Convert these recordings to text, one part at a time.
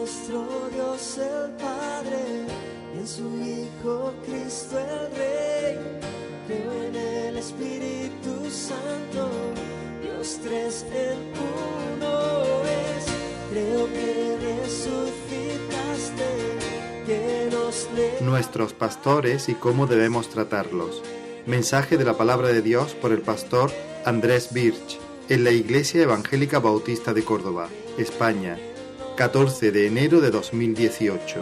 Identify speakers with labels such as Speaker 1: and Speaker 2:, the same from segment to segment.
Speaker 1: nuestro Dios el Padre y en su Hijo Cristo el Rey. Creo en el Espíritu Santo, Dios tres en uno es. Creo que resucitaste, que nos
Speaker 2: Nuestros pastores y cómo debemos tratarlos. Mensaje de la Palabra de Dios por el pastor Andrés Birch, en la Iglesia Evangélica Bautista de Córdoba, España, 14 de enero de 2018.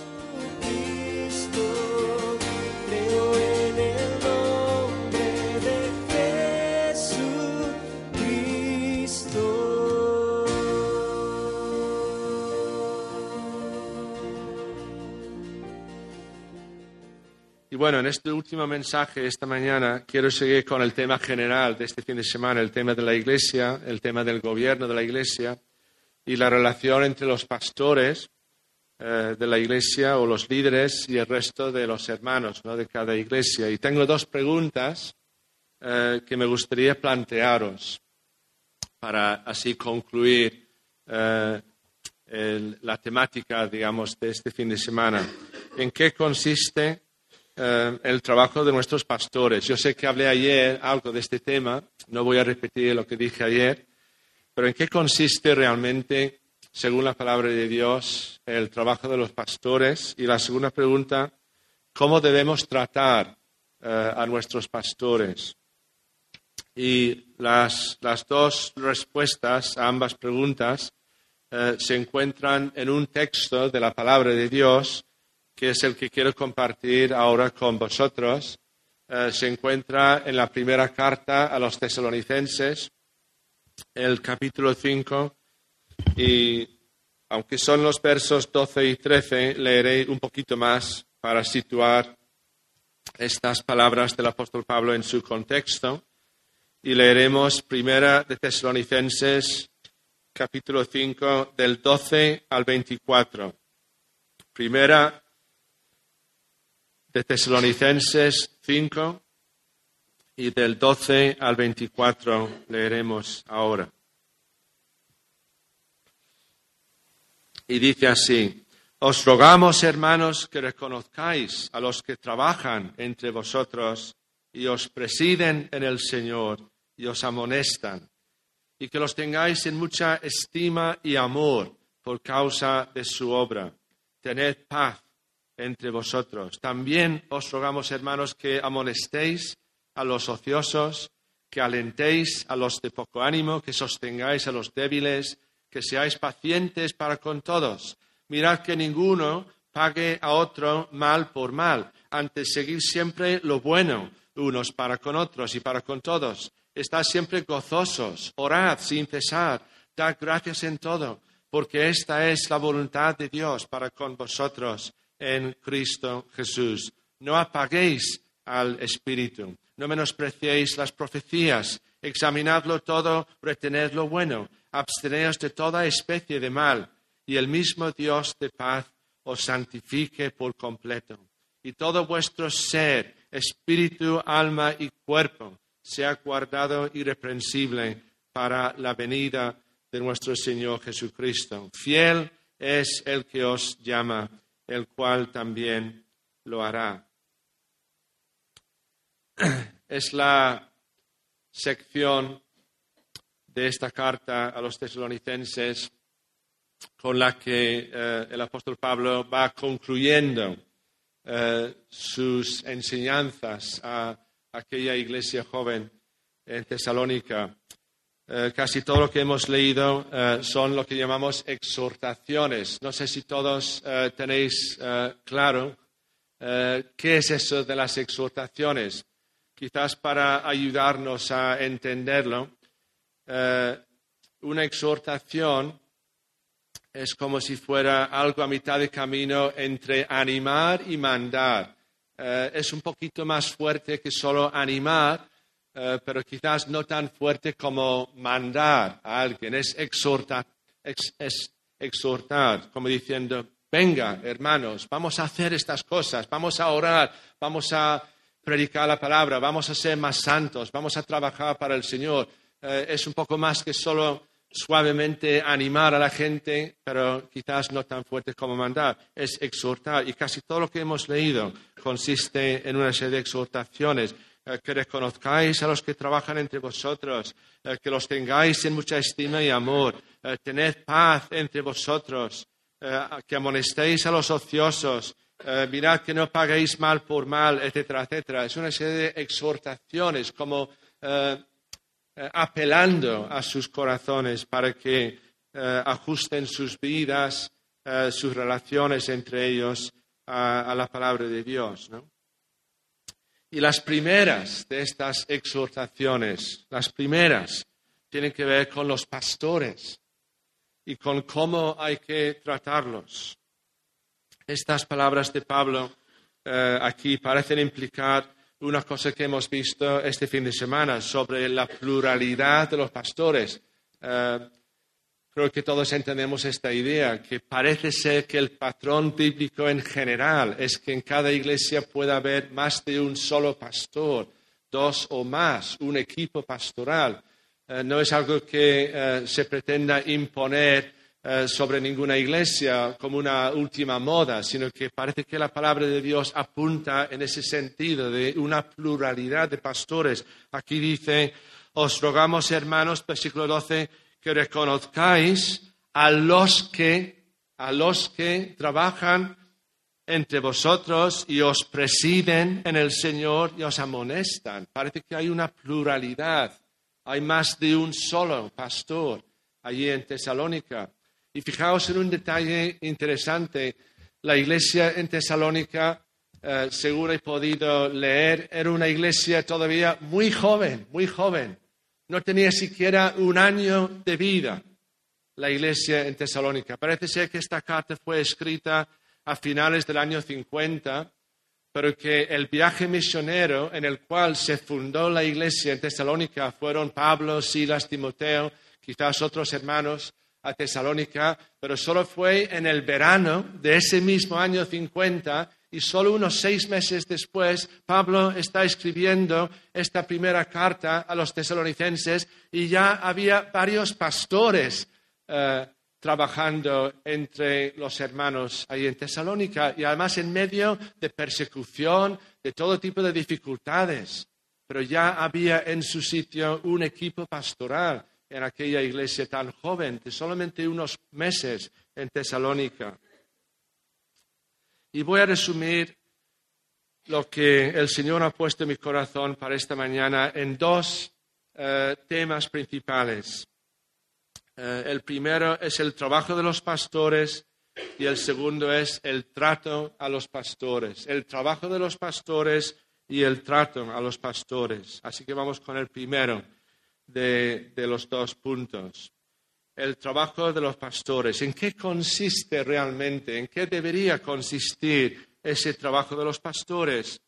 Speaker 3: Y bueno, en este último mensaje esta mañana quiero seguir con el tema general de este fin de semana, el tema de la Iglesia, el tema del gobierno de la Iglesia y la relación entre los pastores de la Iglesia o los líderes y el resto de los hermanos, ¿no?, de cada Iglesia. Y tengo dos preguntas que me gustaría plantearos para así concluir la temática, digamos, de este fin de semana. ¿En qué consiste el trabajo de nuestros pastores? Yo sé que hablé ayer algo de este tema, no voy a repetir lo que dije ayer, pero ¿en qué consiste realmente, según la palabra de Dios, el trabajo de los pastores? Y la segunda pregunta, ¿cómo debemos tratar a nuestros pastores? Y las dos respuestas a ambas preguntas se encuentran en un texto de la palabra de Dios, que es el que quiero compartir ahora con vosotros. Se encuentra en la primera carta a los Tesalonicenses, el capítulo 5, y aunque son los versos 12 y 13, leeré un poquito más para situar estas palabras del apóstol Pablo en su contexto, y leeremos primera de Tesalonicenses, capítulo 5, del 12 al 24. Primera de Tesalonicenses 5 y del 12 al 24 leeremos ahora. Y dice así: os rogamos, hermanos, que reconozcáis a los que trabajan entre vosotros y os presiden en el Señor y os amonestan, y que los tengáis en mucha estima y amor por causa de su obra. Tened paz entre vosotros. También os rogamos, hermanos, que amonestéis a los ociosos, que alentéis a los de poco ánimo, que sostengáis a los débiles, que seáis pacientes para con todos. Mirad que ninguno pague a otro mal por mal, antes seguid siempre lo bueno, unos para con otros y para con todos. Estad siempre gozosos, orad sin cesar, dad gracias en todo, porque esta es la voluntad de Dios para con vosotros en Cristo Jesús. No apaguéis al Espíritu, no menospreciéis las profecías, examinadlo todo, retened lo bueno, absteneos de toda especie de mal, y el mismo Dios de paz os santifique por completo. Y todo vuestro ser, espíritu, alma y cuerpo sea guardado irreprensible para la venida de nuestro Señor Jesucristo. Fiel es el que os llama, el cual también lo hará. Es la sección de esta carta a los tesalonicenses con la que el apóstol Pablo va concluyendo sus enseñanzas a aquella iglesia joven en Tesalónica. Casi todo lo que hemos leído son lo que llamamos exhortaciones. No sé si todos tenéis claro qué es eso de las exhortaciones. Quizás para ayudarnos a entenderlo, una exhortación es como si fuera algo a mitad de camino entre animar y mandar. Es un poquito más fuerte que solo animar, pero quizás no tan fuerte como mandar a alguien. Es exhortar, como diciendo, venga, hermanos, vamos a hacer estas cosas, vamos a orar, vamos a predicar la palabra, vamos a ser más santos, vamos a trabajar para el Señor. Es un poco más que solo suavemente animar a la gente, pero quizás no tan fuerte como mandar. Es exhortar. Y casi todo lo que hemos leído consiste en una serie de exhortaciones. Que reconozcáis a los que trabajan entre vosotros, que los tengáis en mucha estima y amor, tened paz entre vosotros, que amonestéis a los ociosos, mirad que no paguéis mal por mal, etcétera, etcétera. Es una serie de exhortaciones como apelando a sus corazones para que ajusten sus vidas, sus relaciones entre ellos a la palabra de Dios, ¿no? Y las primeras de estas exhortaciones, tienen que ver con los pastores y con cómo hay que tratarlos. Estas palabras de Pablo aquí parecen implicar una cosa que hemos visto este fin de semana sobre la pluralidad de los pastores. Creo que todos entendemos esta idea, que parece ser que el patrón bíblico en general es que en cada iglesia pueda haber más de un solo pastor, 2 o más, un equipo pastoral. No es algo que se pretenda imponer sobre ninguna iglesia como una última moda, sino que parece que la palabra de Dios apunta en ese sentido de una pluralidad de pastores. Aquí dice, os rogamos, hermanos, versículo 12, que reconozcáis a los que trabajan entre vosotros y os presiden en el Señor y os amonestan. Parece que hay una pluralidad, hay más de un solo pastor allí en Tesalónica. Y fijaos en un detalle interesante, la iglesia en Tesalónica, seguro he podido leer, era una iglesia todavía muy joven, muy joven. No tenía siquiera un año de vida la iglesia en Tesalónica. Parece ser que esta carta fue escrita a finales del año 50, pero que el viaje misionero en el cual se fundó la iglesia en Tesalónica fueron Pablo, Silas, Timoteo, quizás otros hermanos a Tesalónica, pero solo fue en el verano de ese mismo año 50. Y solo unos 6 meses después, Pablo está escribiendo esta primera carta a los tesalonicenses y ya había varios pastores trabajando entre los hermanos ahí en Tesalónica y además en medio de persecución, de todo tipo de dificultades. Pero ya había en su sitio un equipo pastoral en aquella iglesia tan joven, de solamente unos meses en Tesalónica. Y voy a resumir lo que el Señor ha puesto en mi corazón para esta mañana en 2 temas principales. El primero es el trabajo de los pastores y el segundo es el trato a los pastores. El trabajo de los pastores y el trato a los pastores. Así que vamos con el primero de los 2 puntos. El trabajo de los pastores. ¿En qué consiste realmente? ¿En qué debería consistir ese trabajo de los pastores?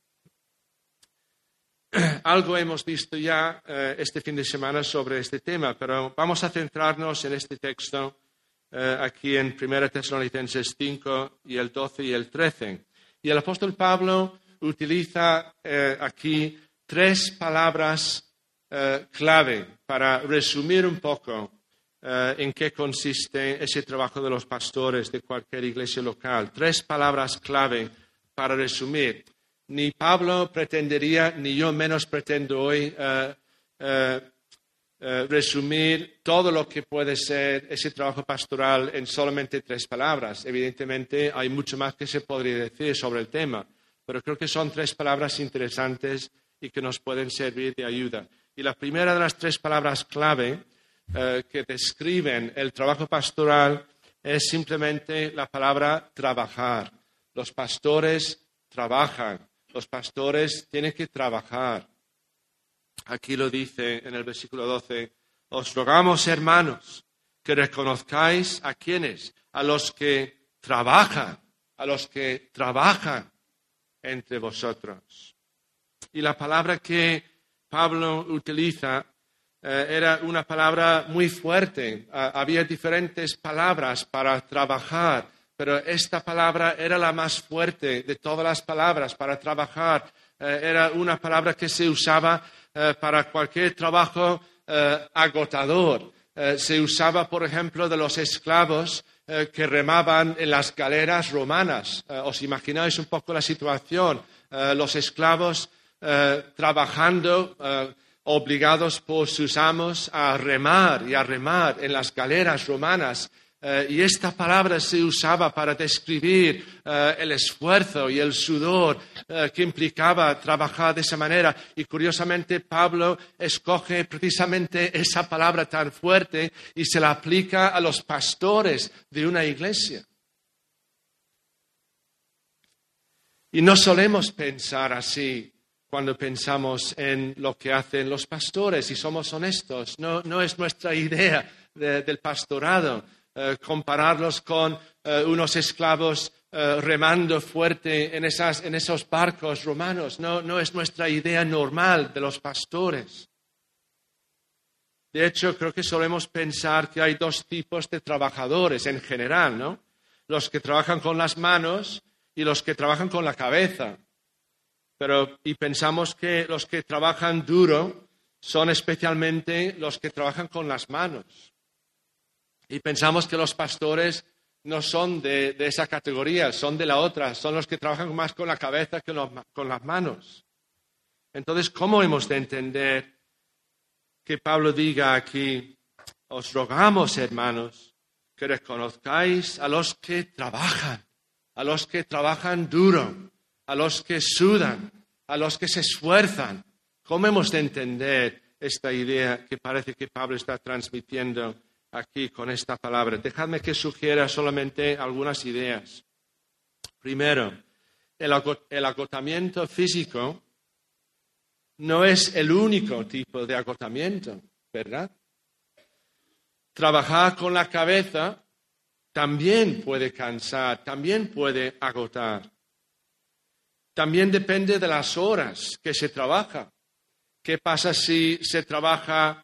Speaker 3: Algo hemos visto ya este fin de semana sobre este tema, pero vamos a centrarnos en este texto aquí en 1 Tesalonicenses 5 y el 12 y el 13. Y el apóstol Pablo utiliza aquí 3 palabras clave para resumir un poco en qué consiste ese trabajo de los pastores de cualquier iglesia local. 3 palabras clave para resumir. Ni Pablo pretendería, ni yo menos pretendo hoy resumir todo lo que puede ser ese trabajo pastoral en solamente 3 palabras. Evidentemente hay mucho más que se podría decir sobre el tema, pero creo que son 3 palabras interesantes y que nos pueden servir de ayuda. Y la primera de las 3 palabras clave que describen el trabajo pastoral es simplemente la palabra trabajar. Los pastores trabajan, los pastores tienen que trabajar. Aquí lo dice en el versículo 12, os rogamos, hermanos, que reconozcáis a quienes, a los que trabajan entre vosotros. Y la palabra que Pablo utiliza era una palabra muy fuerte. Había diferentes palabras para trabajar, pero esta palabra era la más fuerte de todas las palabras para trabajar. Era una palabra que se usaba para cualquier trabajo agotador, Se usaba, por ejemplo, de los esclavos que remaban en las galeras romanas. ¿Os imagináis un poco la situación? Los esclavos trabajando, obligados por sus amos a remar en las galeras romanas. Y esta palabra se usaba para describir el esfuerzo y el sudor que implicaba trabajar de esa manera. Y curiosamente Pablo escoge precisamente esa palabra tan fuerte y se la aplica a los pastores de una iglesia. Y no solemos pensar así cuando pensamos en lo que hacen los pastores, si somos honestos. No es nuestra idea del pastorado. Compararlos con unos esclavos remando fuerte en esos barcos romanos. No es nuestra idea normal de los pastores. De hecho, creo que solemos pensar que hay dos tipos de trabajadores en general, ¿no? Los que trabajan con las manos y los que trabajan con la cabeza. Y pensamos que los que trabajan duro son especialmente los que trabajan con las manos. Y pensamos que los pastores no son de esa categoría, son de la otra, son los que trabajan más con la cabeza que con las manos. Entonces, ¿cómo hemos de entender que Pablo diga aquí, os rogamos, hermanos, que reconozcáis a los que trabajan duro, a los que sudan, a los que se esfuerzan? ¿Cómo hemos de entender esta idea que parece que Pablo está transmitiendo aquí con esta palabra? Dejadme que sugiera solamente algunas ideas. Primero, el agotamiento físico no es el único tipo de agotamiento, ¿verdad? Trabajar con la cabeza también puede cansar, también puede agotar. También depende de las horas que se trabaja. ¿Qué pasa si se trabaja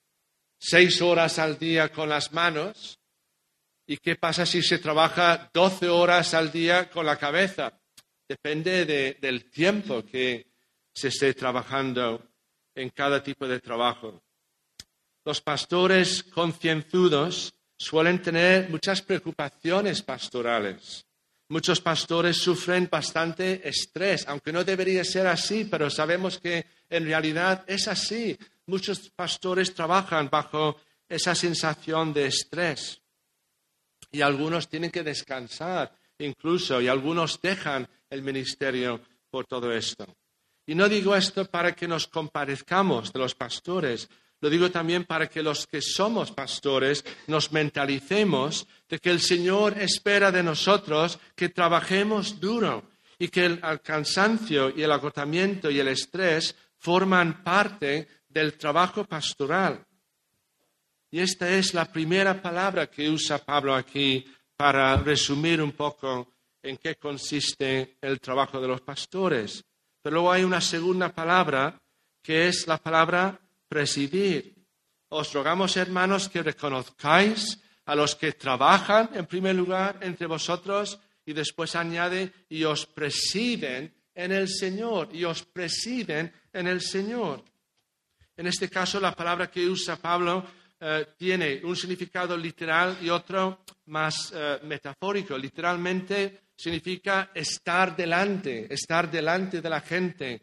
Speaker 3: 6 horas al día con las manos? ¿Y qué pasa si se trabaja 12 horas al día con la cabeza? Depende del tiempo que se esté trabajando en cada tipo de trabajo. Los pastores concienzudos suelen tener muchas preocupaciones pastorales. Muchos pastores sufren bastante estrés, aunque no debería ser así, pero sabemos que en realidad es así. Muchos pastores trabajan bajo esa sensación de estrés y algunos tienen que descansar incluso y algunos dejan el ministerio por todo esto. Y no digo esto para que nos compadezcamos de los pastores, lo digo también para que los que somos pastores nos mentalicemos de que el Señor espera de nosotros que trabajemos duro y que el cansancio y el agotamiento y el estrés forman parte del trabajo pastoral. Y esta es la primera palabra que usa Pablo aquí para resumir un poco en qué consiste el trabajo de los pastores. Pero luego hay una segunda palabra que es la palabra presidir. Os rogamos, hermanos, que reconozcáis a los que trabajan en primer lugar entre vosotros y después añade y os presiden en el Señor, y os presiden en el Señor. En este caso, la palabra que usa Pablo tiene un significado literal y otro más metafórico. Literalmente significa estar delante de la gente,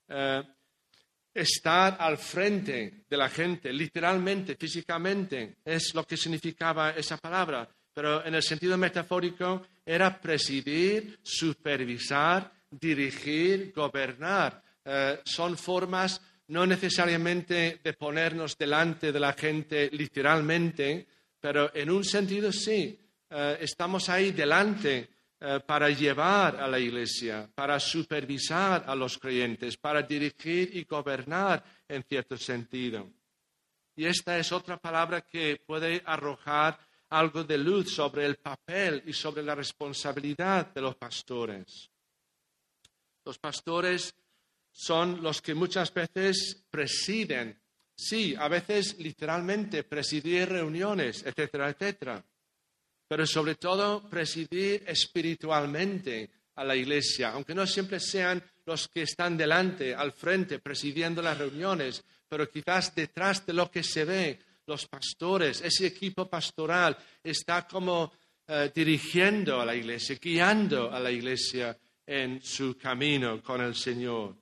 Speaker 3: estar al frente de la gente, literalmente, físicamente, es lo que significaba esa palabra. Pero en el sentido metafórico era presidir, supervisar, dirigir, gobernar. Son formas no necesariamente de ponernos delante de la gente literalmente, pero en un sentido sí. Estamos ahí delante para llevar a la iglesia, para supervisar a los creyentes, para dirigir y gobernar en cierto sentido. Y esta es otra palabra que puede arrojar algo de luz sobre el papel y sobre la responsabilidad de los pastores. Los pastores son los que muchas veces presiden, sí, a veces literalmente presidir reuniones, etcétera, etcétera. Pero sobre todo presidir espiritualmente a la iglesia, aunque no siempre sean los que están delante, al frente, presidiendo las reuniones, pero quizás detrás de lo que se ve los pastores, ese equipo pastoral, está como dirigiendo a la iglesia, guiando a la iglesia en su camino con el Señor.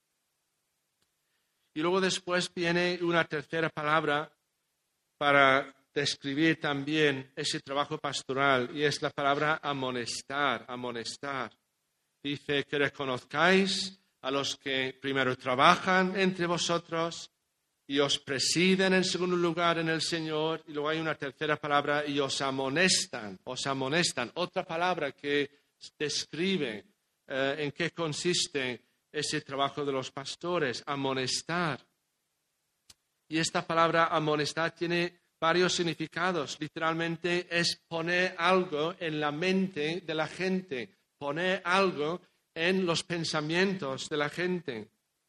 Speaker 3: Y luego después viene una tercera palabra para describir también ese trabajo pastoral, y es la palabra amonestar, amonestar. Dice que reconozcáis a los que primero trabajan entre vosotros y os presiden en segundo lugar en el Señor, y luego hay una tercera palabra, y os amonestan, otra palabra que describe en qué consiste ese trabajo de los pastores, amonestar. Y esta palabra amonestar tiene varios significados. Literalmente es poner algo en la mente de la gente, poner algo en los pensamientos de la gente.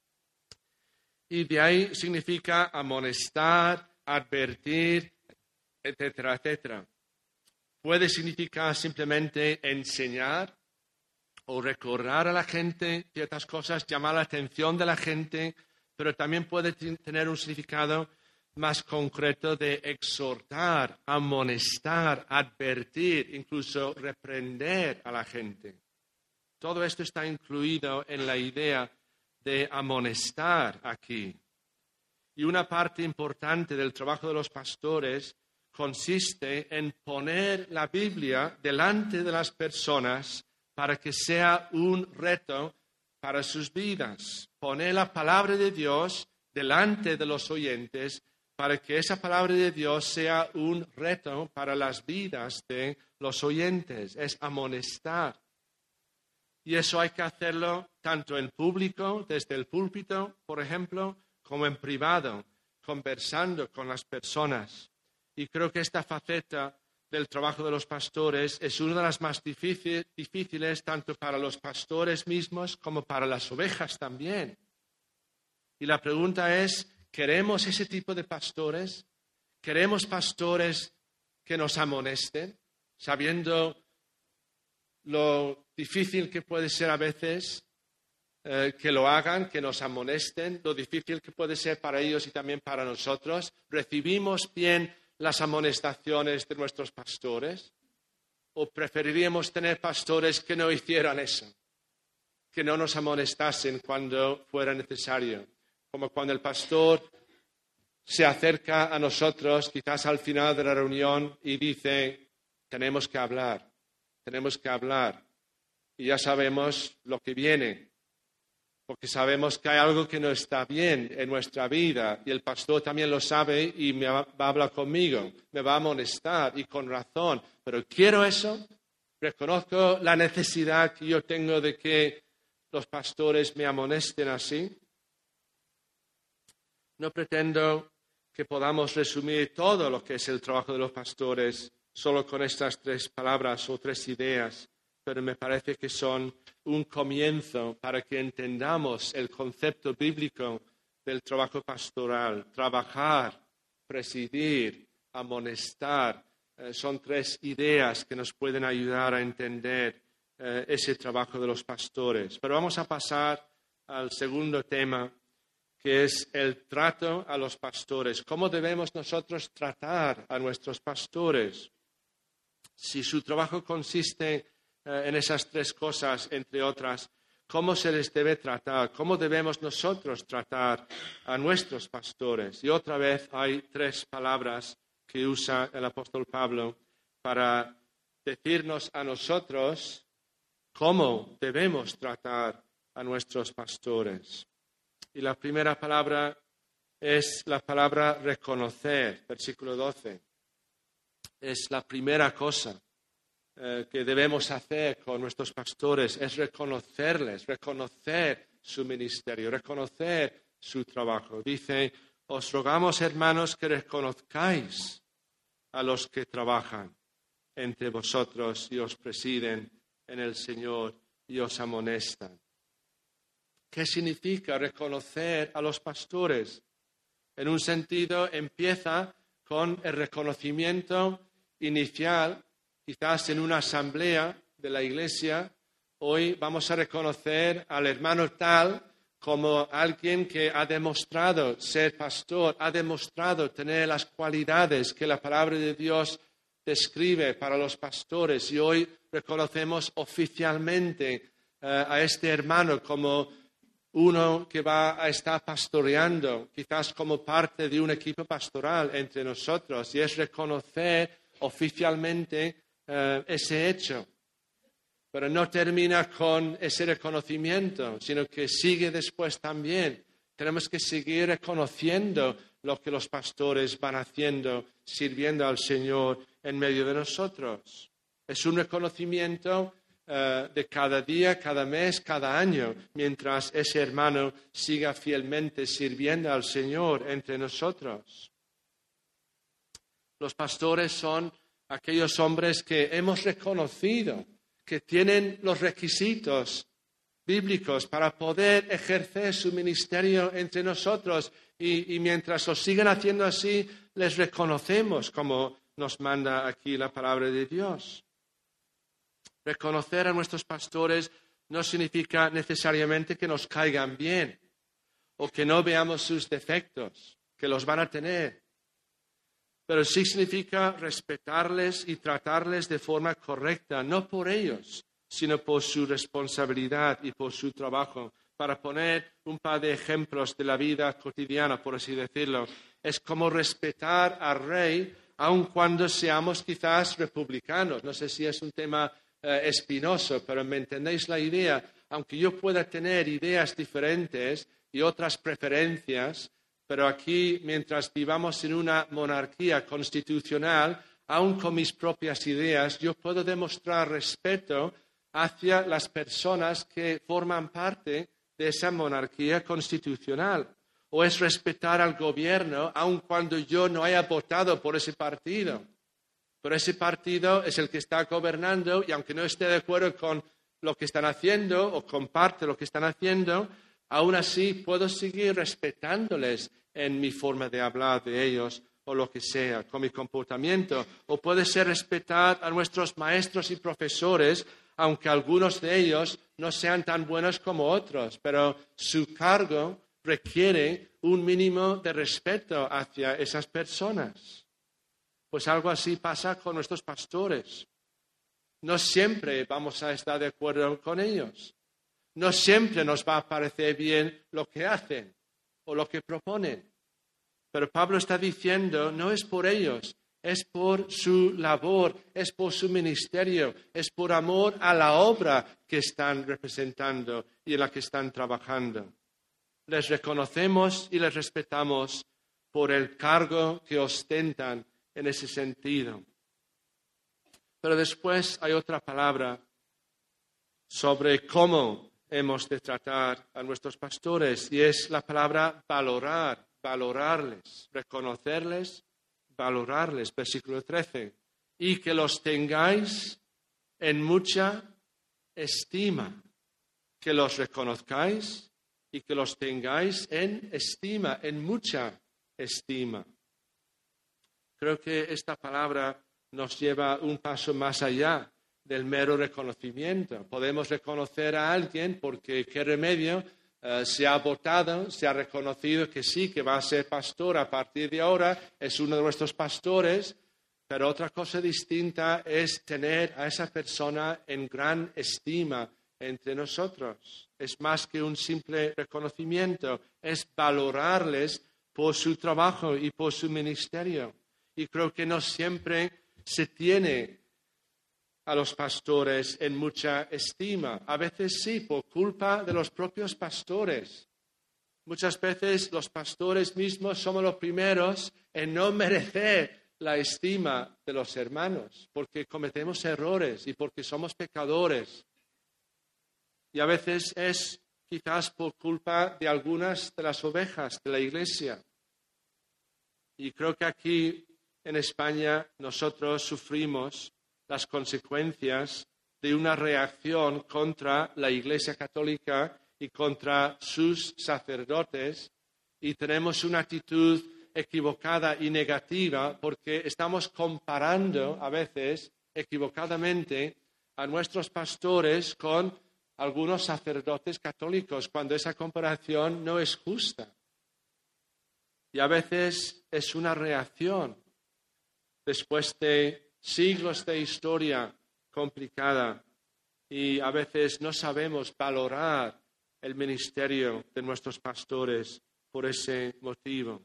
Speaker 3: Y de ahí significa amonestar, advertir, etcétera, etcétera. Puede significar simplemente enseñar o recordar a la gente ciertas cosas, llamar la atención de la gente, pero también puede tener un significado más concreto de exhortar, amonestar, advertir, incluso reprender a la gente. Todo esto está incluido en la idea de amonestar aquí. Y una parte importante del trabajo de los pastores consiste en poner la Biblia delante de las personas para que sea un reto para sus vidas. Poner la palabra de Dios delante de los oyentes para que esa palabra de Dios sea un reto para las vidas de los oyentes. Es amonestar. Y eso hay que hacerlo tanto en público, desde el púlpito, por ejemplo, como en privado, conversando con las personas. Y creo que esta faceta del trabajo de los pastores es una de las más difíciles tanto para los pastores mismos como para las ovejas también. Y la pregunta es, ¿queremos ese tipo de pastores? ¿Queremos pastores que nos amonesten, sabiendo lo difícil que puede ser a veces que lo hagan, que nos amonesten, lo difícil que puede ser para ellos y también para nosotros? ¿Recibimos bien las amonestaciones de nuestros pastores? ¿O preferiríamos tener pastores que no hicieran eso, que no nos amonestasen cuando fuera necesario? Como cuando el pastor se acerca a nosotros, quizás al final de la reunión, y dice, tenemos que hablar. Y ya sabemos lo que viene, porque sabemos que hay algo que no está bien en nuestra vida, y el pastor también lo sabe y me va a hablar conmigo, me va a amonestar, y con razón. Pero quiero eso, reconozco la necesidad que yo tengo de que los pastores me amonesten así. No pretendo que podamos resumir todo lo que es el trabajo de los pastores solo con estas 3 palabras o 3 ideas, pero me parece que son un comienzo para que entendamos el concepto bíblico del trabajo pastoral. Trabajar, presidir, amonestar, son 3 ideas que nos pueden ayudar a entender ese trabajo de los pastores. Pero vamos a pasar al segundo tema, que es el trato a los pastores. ¿Cómo debemos nosotros tratar a nuestros pastores? Si su trabajo consiste en esas 3 cosas, entre otras, ¿cómo se les debe tratar? ¿Cómo debemos nosotros tratar a nuestros pastores? Y otra vez hay 3 palabras que usa el apóstol Pablo para decirnos a nosotros cómo debemos tratar a nuestros pastores. Y la primera palabra es la palabra reconocer, versículo 12. Es la primera cosa que debemos hacer con nuestros pastores, es reconocerles, reconocer su ministerio, reconocer su trabajo. Dice, os rogamos, hermanos, que reconozcáis a los que trabajan entre vosotros y os presiden en el Señor y os amonestan. ¿Qué significa reconocer a los pastores? En un sentido, empieza con el reconocimiento inicial, quizás en una asamblea de la iglesia. Hoy vamos a reconocer al hermano tal como alguien que ha demostrado ser pastor, ha demostrado tener las cualidades que la palabra de Dios describe para los pastores. Y hoy reconocemos oficialmente a este hermano como uno que va a estar pastoreando, quizás como parte de un equipo pastoral entre nosotros, y es reconocer oficialmente ese hecho. Pero no termina con ese reconocimiento, sino que sigue después también. Tenemos que seguir reconociendo lo que los pastores van haciendo, sirviendo al Señor en medio de nosotros. Es un reconocimiento de cada día, cada mes, cada año, mientras ese hermano siga fielmente sirviendo al Señor entre nosotros. Los pastores son aquellos hombres que hemos reconocido que tienen los requisitos bíblicos para poder ejercer su ministerio entre nosotros y mientras lo sigan haciendo así, les reconocemos como nos manda aquí la palabra de Dios. Reconocer a nuestros pastores no significa necesariamente que nos caigan bien o que no veamos sus defectos, que los van a tener. Pero sí significa respetarles y tratarles de forma correcta, no por ellos, sino por su responsabilidad y por su trabajo. Para poner un par de ejemplos de la vida cotidiana, por así decirlo, es como respetar al rey, aun cuando seamos quizás republicanos. No sé si es un tema espinoso, pero me entendéis la idea. Aunque yo pueda tener ideas diferentes y otras preferencias, pero aquí, mientras vivamos en una monarquía constitucional, aun con mis propias ideas, yo puedo demostrar respeto hacia las personas que forman parte de esa monarquía constitucional. O es respetar al gobierno, aun cuando yo no haya votado por ese partido. Pero ese partido es el que está gobernando y aunque no esté de acuerdo con lo que están haciendo o comparte lo que están haciendo, aún así puedo seguir respetándoles en mi forma de hablar de ellos o lo que sea, con mi comportamiento. O puede ser respetar a nuestros maestros y profesores, aunque algunos de ellos no sean tan buenos como otros, pero su cargo requiere un mínimo de respeto hacia esas personas. Pues algo así pasa con nuestros pastores. No siempre vamos a estar de acuerdo con ellos. No siempre nos va a parecer bien lo que hacen o lo que proponen. Pero Pablo está diciendo, no es por ellos, es por su labor, es por su ministerio, es por amor a la obra que están representando y en la que están trabajando. Les reconocemos y les respetamos por el cargo que ostentan en ese sentido. Pero después hay otra palabra sobre cómo hemos de tratar a nuestros pastores y es la palabra valorar, valorarles, reconocerles, valorarles. Versículo 13. Y que los tengáis en mucha estima, que los reconozcáis y que los tengáis en estima, en mucha estima. Creo que esta palabra nos lleva un paso más allá del mero reconocimiento. Podemos reconocer a alguien porque, qué remedio, se ha votado, se ha reconocido que sí, que va a ser pastor a partir de ahora, es uno de nuestros pastores, pero otra cosa distinta es tener a esa persona en gran estima entre nosotros. Es más que un simple reconocimiento, es valorarles por su trabajo y por su ministerio. Y creo que no siempre se tiene a los pastores en mucha estima. A veces sí, por culpa de los propios pastores. Muchas veces los pastores mismos somos los primeros en no merecer la estima de los hermanos, porque cometemos errores y porque somos pecadores. Y a veces es quizás por culpa de algunas de las ovejas de la iglesia. Y creo que aquí en España nosotros sufrimos las consecuencias de una reacción contra la Iglesia Católica y contra sus sacerdotes y tenemos una actitud equivocada y negativa porque estamos comparando a veces equivocadamente a nuestros pastores con algunos sacerdotes católicos, cuando esa comparación no es justa. Y a veces es una reacción después de siglos de historia complicada y a veces no sabemos valorar el ministerio de nuestros pastores por ese motivo.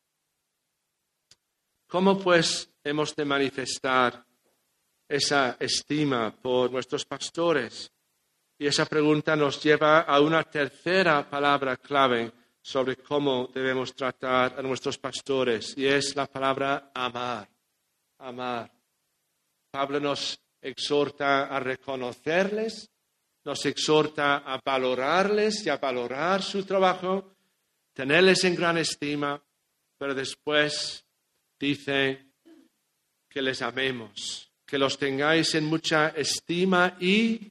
Speaker 3: ¿Cómo pues hemos de manifestar esa estima por nuestros pastores? Y esa pregunta nos lleva a una tercera palabra clave sobre cómo debemos tratar a nuestros pastores, y es la palabra amar. Amar. Pablo nos exhorta a reconocerles, nos exhorta a valorarles y a valorar su trabajo, tenerles en gran estima, pero después dice que les amemos, que los tengáis en mucha estima y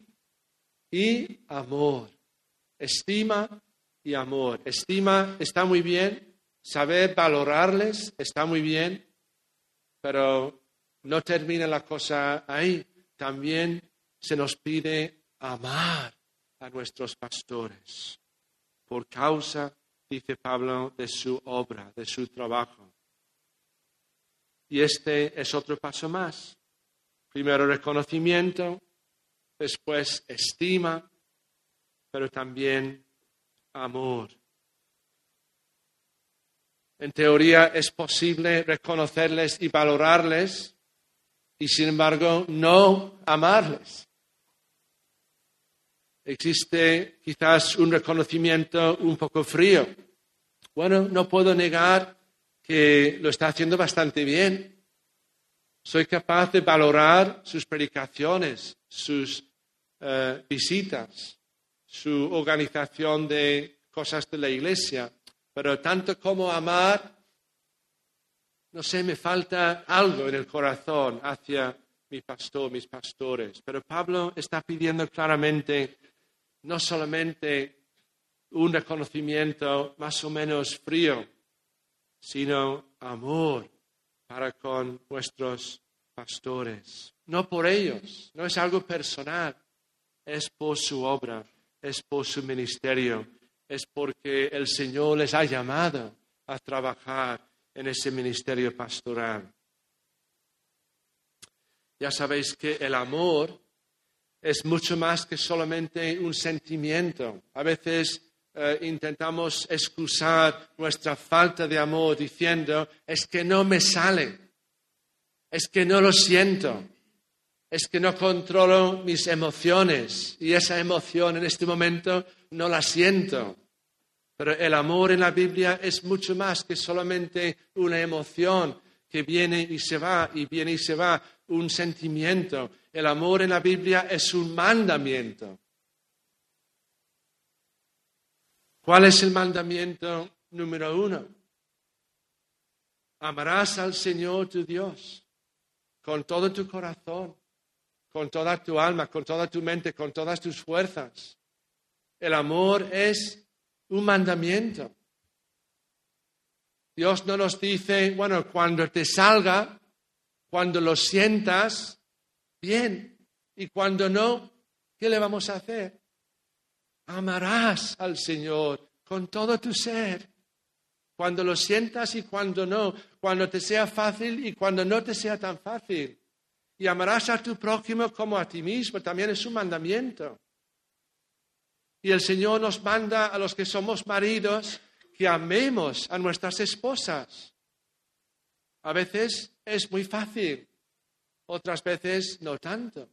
Speaker 3: amor. Estima y amor. Estima está muy bien, saber valorarles está muy bien, pero no termina la cosa ahí. También se nos pide amar a nuestros pastores por causa, dice Pablo, de su obra, de su trabajo. Y este es otro paso más. Primero reconocimiento, después estima, pero también amor. En teoría es posible reconocerles y valorarles y sin embargo no amarles. Existe quizás un reconocimiento un poco frío. Bueno, no puedo negar que lo está haciendo bastante bien. Soy capaz de valorar sus predicaciones, sus visitas, su organización de cosas de la iglesia. Pero tanto como amar, no sé, me falta algo en el corazón hacia mi pastor, mis pastores. Pero Pablo está pidiendo claramente no solamente un reconocimiento más o menos frío, sino amor para con nuestros pastores. No por ellos, no es algo personal, es por su obra, es por su ministerio, es porque el Señor les ha llamado a trabajar en ese ministerio pastoral. Ya sabéis que el amor es mucho más que solamente un sentimiento. A veces intentamos excusar nuestra falta de amor diciendo, es que no me sale, es que no lo siento, es que no controlo mis emociones y esa emoción en este momento no la siento. Pero el amor en la Biblia es mucho más que solamente una emoción que viene y se va, y viene y se va, un sentimiento. El amor en la Biblia es un mandamiento. ¿Cuál es el mandamiento número 1? Amarás al Señor tu Dios con todo tu corazón, con toda tu alma, con toda tu mente, con todas tus fuerzas. El amor es un mandamiento. Dios no nos dice, bueno, cuando te salga, cuando lo sientas, bien. Y cuando no, ¿qué le vamos a hacer? Amarás al Señor con todo tu ser. Cuando lo sientas y cuando no. Cuando te sea fácil y cuando no te sea tan fácil. Y amarás a tu prójimo como a ti mismo. También es un mandamiento. Y el Señor nos manda a los que somos maridos que amemos a nuestras esposas. A veces es muy fácil, otras veces no tanto.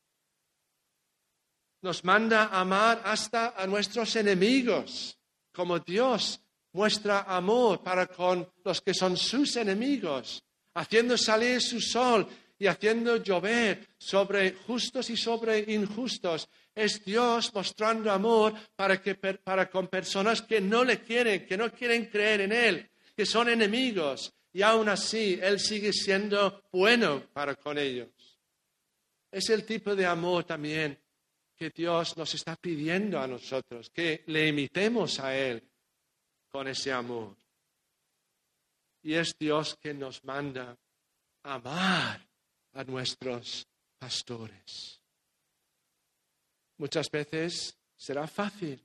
Speaker 3: Nos manda a amar hasta a nuestros enemigos, como Dios muestra amor para con los que son sus enemigos, haciendo salir su sol y haciendo llover sobre justos y sobre injustos. Es Dios mostrando amor para con personas que no le quieren, que no quieren creer en Él, que son enemigos. Y aún así, Él sigue siendo bueno para con ellos. Es el tipo de amor también que Dios nos está pidiendo a nosotros, que le imitemos a Él con ese amor. Y es Dios que nos manda amar a nuestros pastores. muchas veces será fácil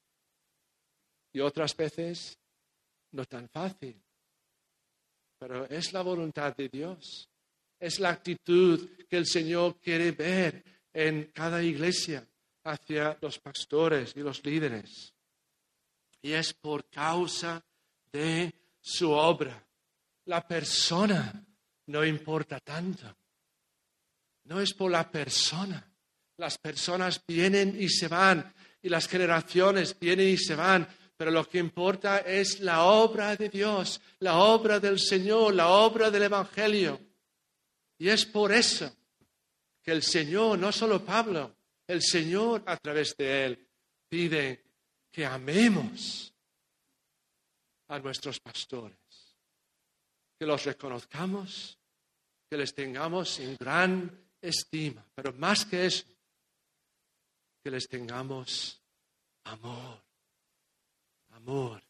Speaker 3: y otras veces no tan fácil. Pero es la voluntad de Dios. Es la actitud que el Señor quiere ver en cada iglesia hacia los pastores y los líderes. Y es por causa de su obra. La persona no importa tanto. No es por la persona. Las personas vienen y se van y las generaciones vienen y se van. Pero lo que importa es la obra de Dios, la obra del Señor, la obra del Evangelio. Y es por eso que el Señor, no solo Pablo, el Señor a través de él pide que amemos a nuestros pastores, que los reconozcamos, que les tengamos en gran estima, pero más que eso, que les tengamos amor. Amor.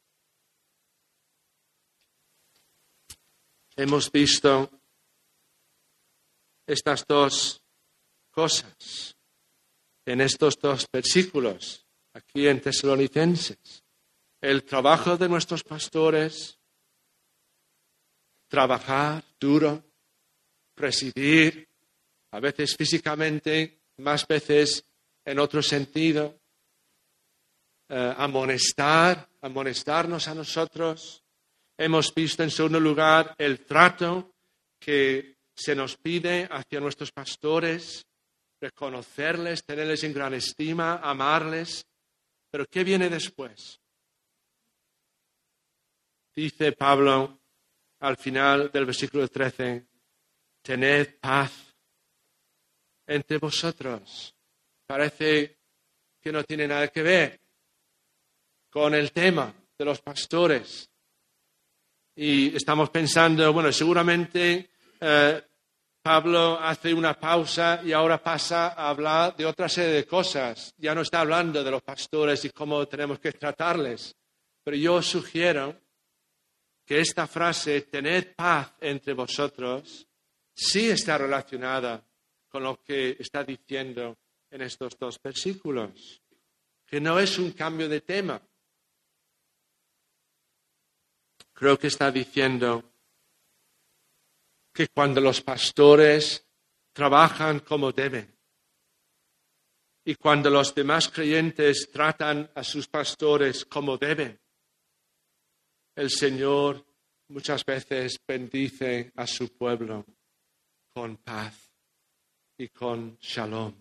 Speaker 3: Hemos visto estas dos cosas en estos dos versículos, aquí en Tesalonicenses. El trabajo de nuestros pastores, trabajar duro, presidir, a veces físicamente, más veces en otro sentido, amonestarnos a nosotros. Hemos visto en segundo lugar el trato que se nos pide hacia nuestros pastores, reconocerles, tenerles en gran estima, amarles. Pero ¿qué viene después? Dice Pablo al final del versículo 13, tened paz entre vosotros. Parece que no tiene nada que ver con el tema de los pastores. Y estamos pensando, bueno, seguramente Pablo hace una pausa y ahora pasa a hablar de otra serie de cosas. Ya no está hablando de los pastores y cómo tenemos que tratarles. Pero yo os sugiero que esta frase, tened paz entre vosotros, sí está relacionada con lo que está diciendo en estos dos versículos. Que no es un cambio de tema. Creo que está diciendo que cuando los pastores trabajan como deben y cuando los demás creyentes tratan a sus pastores como deben, el Señor muchas veces bendice a su pueblo con paz y con shalom.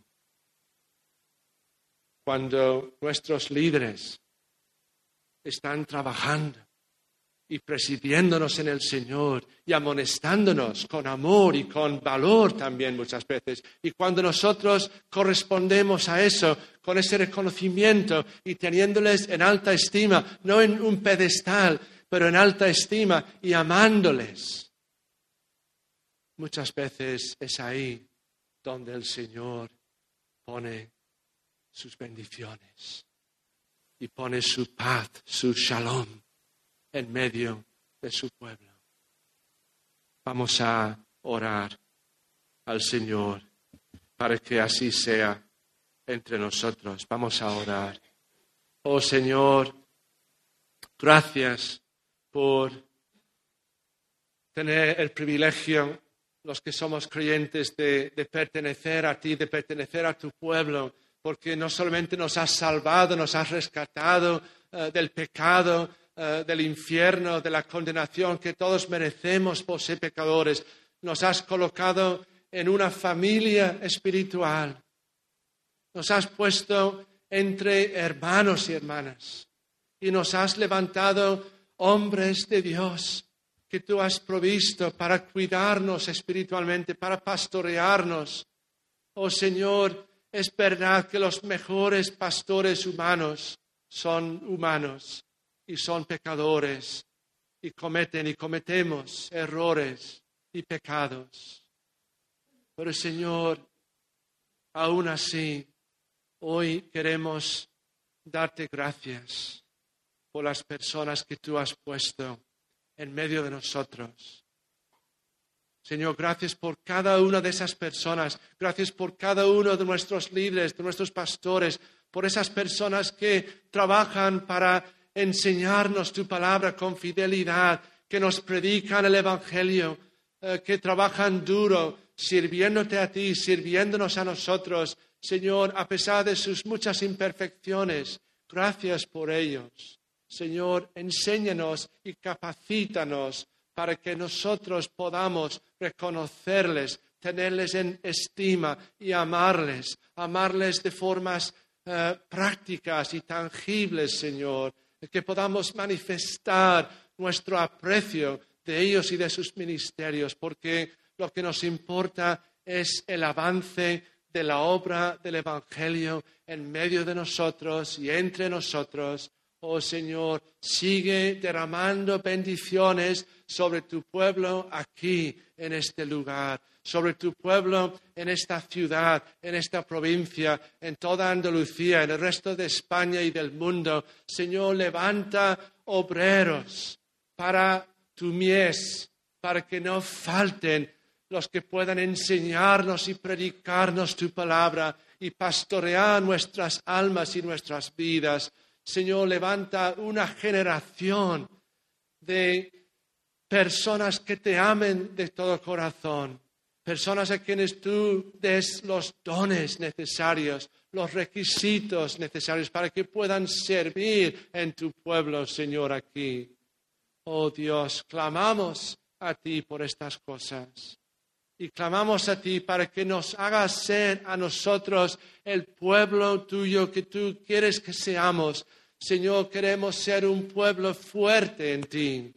Speaker 3: Cuando nuestros líderes están trabajando y presidiéndonos en el Señor y amonestándonos con amor y con valor también muchas veces. Y cuando nosotros correspondemos a eso, con ese reconocimiento y teniéndoles en alta estima, no en un pedestal, pero en alta estima y amándoles, muchas veces es ahí donde el Señor pone sus bendiciones y pone su paz, su shalom en medio de su pueblo. Vamos a orar al Señor para que así sea entre nosotros. Vamos a orar. Oh Señor, gracias por tener el privilegio, los que somos creyentes, de pertenecer a ti, de pertenecer a tu pueblo, porque no solamente nos has salvado, nos has rescatado del pecado, del infierno, de la condenación que todos merecemos por ser pecadores. Nos has colocado en una familia espiritual. Nos has puesto entre hermanos y hermanas. Y nos has levantado hombres de Dios que tú has provisto para cuidarnos espiritualmente, para pastorearnos. Oh Señor, es verdad que los mejores pastores humanos son humanos. Y son pecadores, y cometemos errores y pecados. Pero Señor, aún así, hoy queremos darte gracias por las personas que tú has puesto en medio de nosotros. Señor, gracias por cada una de esas personas. Gracias por cada uno de nuestros líderes, de nuestros pastores, por esas personas que trabajan para enseñarnos tu palabra con fidelidad, que nos predican el Evangelio, que trabajan duro, sirviéndote a ti, sirviéndonos a nosotros. Señor, a pesar de sus muchas imperfecciones, gracias por ellos. Señor, enséñanos y capacítanos para que nosotros podamos reconocerles, tenerles en estima y amarles de formas prácticas y tangibles, Señor, que podamos manifestar nuestro aprecio de ellos y de sus ministerios, porque lo que nos importa es el avance de la obra del Evangelio en medio de nosotros y entre nosotros. Oh Señor, sigue derramando bendiciones sobre tu pueblo aquí en este lugar, sobre tu pueblo en esta ciudad, en esta provincia, en toda Andalucía, en el resto de España y del mundo. Señor, levanta obreros para tu mies, para que no falten los que puedan enseñarnos y predicarnos tu palabra y pastorear nuestras almas y nuestras vidas. Señor, levanta una generación de personas que te amen de todo corazón, personas a quienes tú des los dones necesarios, los requisitos necesarios para que puedan servir en tu pueblo, Señor, aquí. Oh Dios, clamamos a ti por estas cosas. Y clamamos a ti para que nos hagas ser a nosotros el pueblo tuyo que tú quieres que seamos. Señor, queremos ser un pueblo fuerte en ti.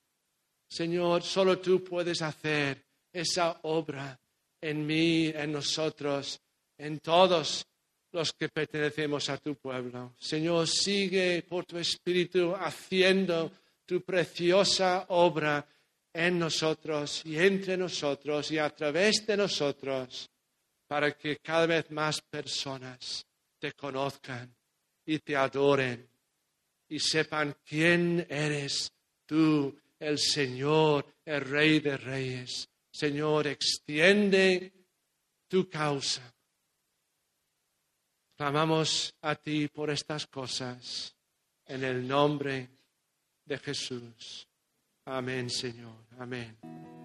Speaker 3: Señor, solo tú puedes hacer esa obra en mí, en nosotros, en todos los que pertenecemos a tu pueblo. Señor, sigue por tu Espíritu haciendo tu preciosa obra en nosotros y entre nosotros y a través de nosotros, para que cada vez más personas te conozcan y te adoren y sepan quién eres tú, el Señor, el Rey de Reyes. Señor, extiende tu causa. Clamamos a ti por estas cosas en el nombre de Jesús. Amén, Señor. Amén.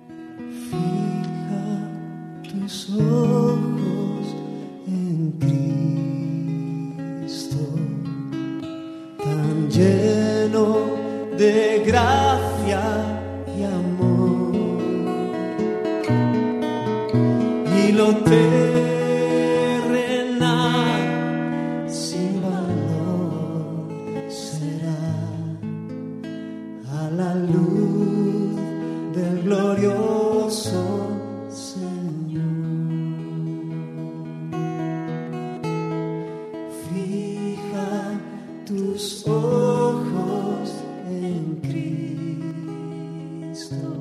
Speaker 1: Fija tus ojos en Cristo, tan lleno de gracia y amor, y lo terrenal sin valor será a la luz del glorioso Señor. Fija tus ojos en Cristo,